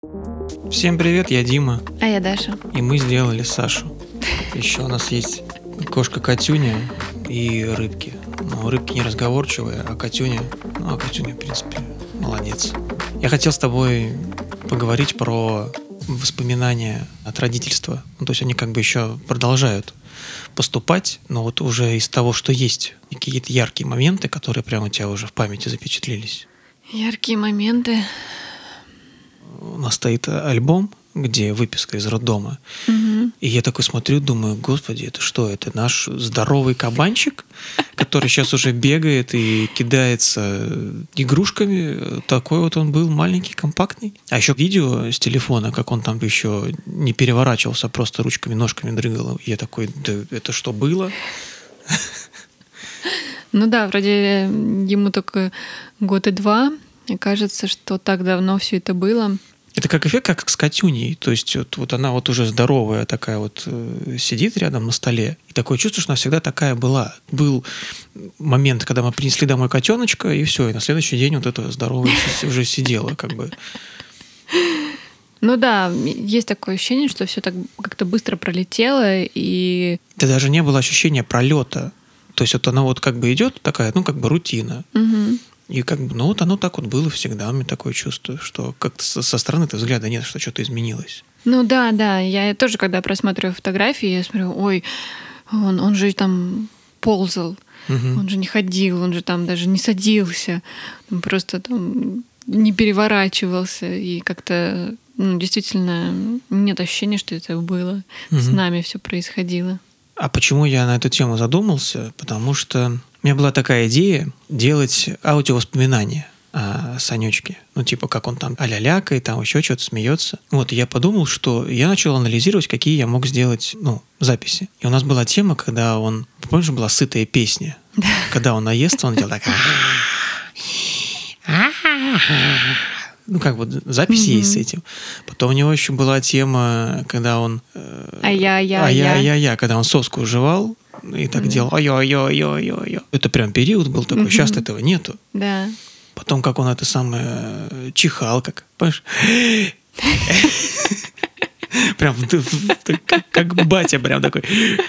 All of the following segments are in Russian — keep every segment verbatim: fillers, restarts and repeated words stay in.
Всем привет, я Дима, А я Даша. и мы сделали Сашу. Еще у нас есть кошка Катюня и рыбки. Но рыбки не разговорчивые, а Катюня, ну а Катюня, в принципе, молодец. Я хотел с тобой поговорить про воспоминания от родительства. Ну, то есть они как бы еще продолжают поступать, но вот уже из того, что есть, какие-то яркие моменты, которые прямо у тебя уже в памяти запечатлелись. Яркие моменты. У нас стоит альбом, где выписка из роддома. Угу. И я такой смотрю, думаю, господи, это что? Это наш здоровый кабанчик, который сейчас уже бегает и кидается игрушками. Такой вот он был, маленький, компактный. А еще видео с телефона, как он там еще не переворачивался, а просто ручками, ножками дрыгал. И я такой, да это что было? Ну да, вроде ему только год и два. Мне кажется, что так давно все это было. Это как эффект, как с Катюней. То есть вот, вот она вот уже здоровая такая вот э, сидит рядом на столе. И такое чувство, что она всегда такая была. Был момент, когда мы принесли домой котеночка, и все. И на следующий день вот эта здоровая уже сидела как бы. Ну да, есть такое ощущение, что все так как-то быстро пролетело. И... Да даже не было ощущения пролета. То есть вот она вот как бы идет такая, ну как бы рутина. Угу. И как бы, ну вот оно так вот было всегда, у меня такое чувство, что как-то со, со стороны-то взгляда нет, что что-то изменилось. Ну да, да, я тоже, когда просматриваю фотографии, я смотрю, ой, он, он же там ползал, Угу. он же не ходил, он же там даже не садился, он просто там не переворачивался, и как-то ну, действительно нет ощущения, что это было, Угу. с нами все происходило. А почему я на эту тему задумался? Потому что у меня была такая идея делать аудиовоспоминания о Санечке. Ну, типа, как он там а-ля лякает, там еще что-то смеется. Вот, и я подумал, что я начал анализировать, какие я мог сделать, ну, записи. И у нас была тема, когда он, помнишь, была сытая песня? Когда он наестся, он делал так... Ну, как вот запись mm-hmm. есть с этим. Потом у него еще была тема, когда он... Э, А-я-я-я. А-я-я-я, когда он соску жевал и так mm-hmm. делал ай-я-я-я-я-я. Это прям период был такой. Mm-hmm. Сейчас этого нету. Да. Потом, как он это самое... чихал, как... Понимаешь? Прям как батя прям такой...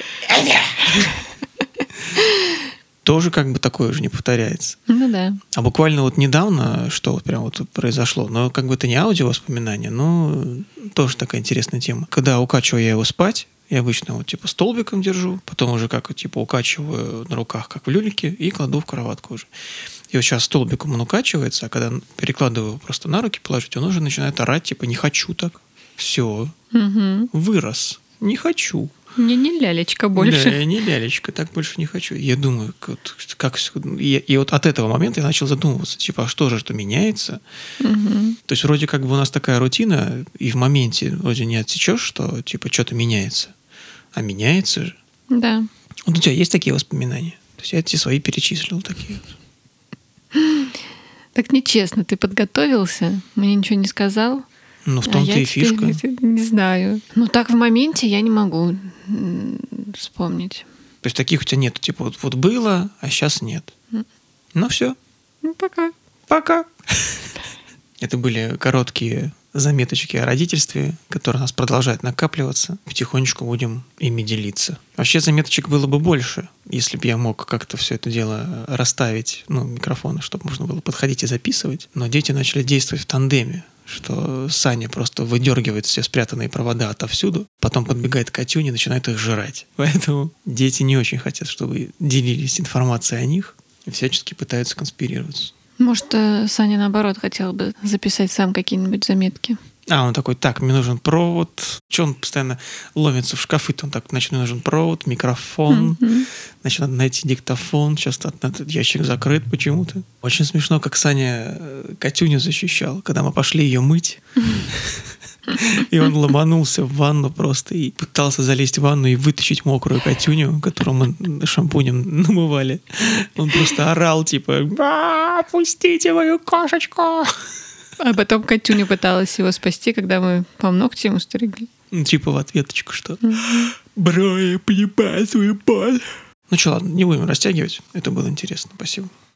Тоже как бы такое уже не повторяется. Ну да. А буквально вот недавно, что вот прям вот произошло, но как бы это не аудиовоспоминание, но тоже такая интересная тема. Когда укачиваю я его спать, я обычно вот типа столбиком держу, потом уже как типа укачиваю на руках, как в люлике, и кладу в кроватку уже. И вот сейчас столбиком он укачивается, а когда перекладываю его просто на руки положить, он уже начинает орать, типа не хочу так. Все, угу. Вырос, не хочу. Не, не лялечка больше. Да, я не лялечка, так больше не хочу. Я думаю, как... как и, и вот от этого момента я начал задумываться, типа, а что же это меняется? Угу. То есть вроде как бы у нас такая рутина, и в моменте вроде не отсечешь, что типа что-то меняется. А меняется же. Да. Вот у тебя есть такие воспоминания? То есть я эти свои перечислил такие вот. Так нечестно, ты подготовился, мне ничего не сказал. Ну, в том-то а и фишка. Не знаю. Ну, так в моменте я не могу вспомнить. То есть таких у тебя нет. Типа вот, вот было, а сейчас нет. Mm. Ну, все. Ну, пока. Пока. Это были короткие заметочки о родительстве, которые у нас продолжают накапливаться. Потихонечку будем ими делиться. Вообще заметочек было бы больше, если бы я мог как-то все это дело расставить, ну, микрофоны, чтобы можно было подходить и записывать. Но дети начали действовать в тандеме, что Саня просто выдергивает все спрятанные провода отовсюду, потом подбегает к Катюне и начинает их жрать. Поэтому дети не очень хотят, чтобы делились информацией о них и всячески пытаются конспирироваться. Может, Саня, наоборот, хотел бы записать сам какие-нибудь заметки. А, он такой, так, мне нужен провод. Че он постоянно ломится в шкафы-то? Он так, значит, мне нужен провод, микрофон. Mm-hmm. Значит, надо найти диктофон. Сейчас этот ящик закрыт почему-то. Очень смешно, как Саня Катюню защищал, когда мы пошли ее мыть. И он ломанулся в ванну просто и пытался залезть в ванну и вытащить мокрую Катюню, которую мы шампунем намывали. Он просто орал, типа, «Пустите мою кошечку!» А потом Катюня пыталась его спасти, когда мы по ногти ему стригли. Ну, типа в ответочку что-то. «Бро, я понимаю свою боль». Ну что, ладно, не будем растягивать. Это было интересно. Спасибо.